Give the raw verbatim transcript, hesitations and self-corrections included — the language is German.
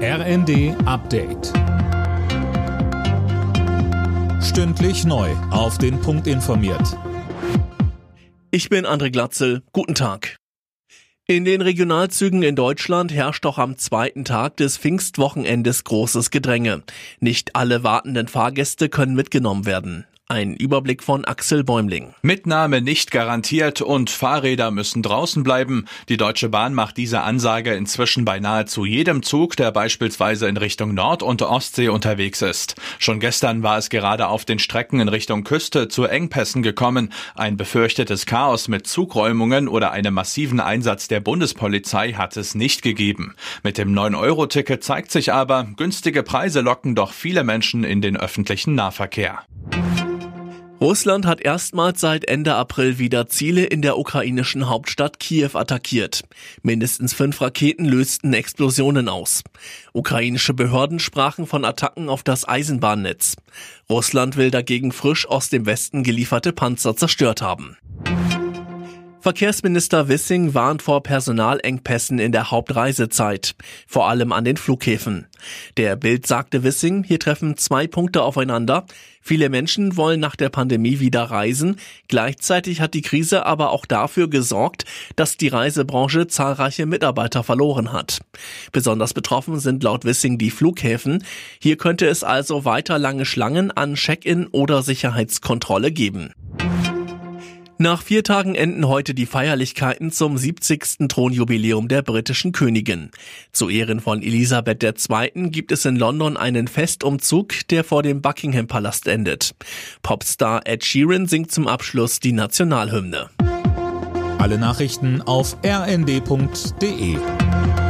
R N D Update. Stündlich neu auf den Punkt informiert. Ich bin André Glatzel. Guten Tag. In den Regionalzügen in Deutschland herrscht auch am zweiten Tag des Pfingstwochenendes großes Gedränge. Nicht alle wartenden Fahrgäste können mitgenommen werden. Ein Überblick von Axel Bäumling. Mitnahme nicht garantiert und Fahrräder müssen draußen bleiben. Die Deutsche Bahn macht diese Ansage inzwischen bei nahezu jedem Zug, der beispielsweise in Richtung Nord- und Ostsee unterwegs ist. Schon gestern war es gerade auf den Strecken in Richtung Küste zu Engpässen gekommen. Ein befürchtetes Chaos mit Zugräumungen oder einem massiven Einsatz der Bundespolizei hat es nicht gegeben. Mit dem neun Euro Ticket zeigt sich aber, günstige Preise locken doch viele Menschen in den öffentlichen Nahverkehr. Russland hat erstmals seit Ende April wieder Ziele in der ukrainischen Hauptstadt Kiew attackiert. Mindestens fünf Raketen lösten Explosionen aus. Ukrainische Behörden sprachen von Attacken auf das Eisenbahnnetz. Russland will dagegen frisch aus dem Westen gelieferte Panzer zerstört haben. Verkehrsminister Wissing warnt vor Personalengpässen in der Hauptreisezeit, vor allem an den Flughäfen. Der Bild sagte Wissing, hier treffen zwei Punkte aufeinander. Viele Menschen wollen nach der Pandemie wieder reisen. Gleichzeitig hat die Krise aber auch dafür gesorgt, dass die Reisebranche zahlreiche Mitarbeiter verloren hat. Besonders betroffen sind laut Wissing die Flughäfen. Hier könnte es also weiter lange Schlangen an Check-in oder Sicherheitskontrolle geben. Nach vier Tagen enden heute die Feierlichkeiten zum siebzigsten Thronjubiläum der britischen Königin. Zu Ehren von Elisabeth der Zweite gibt es in London einen Festumzug, der vor dem Buckingham-Palast endet. Popstar Ed Sheeran singt zum Abschluss die Nationalhymne. Alle Nachrichten auf r n d punkt d e.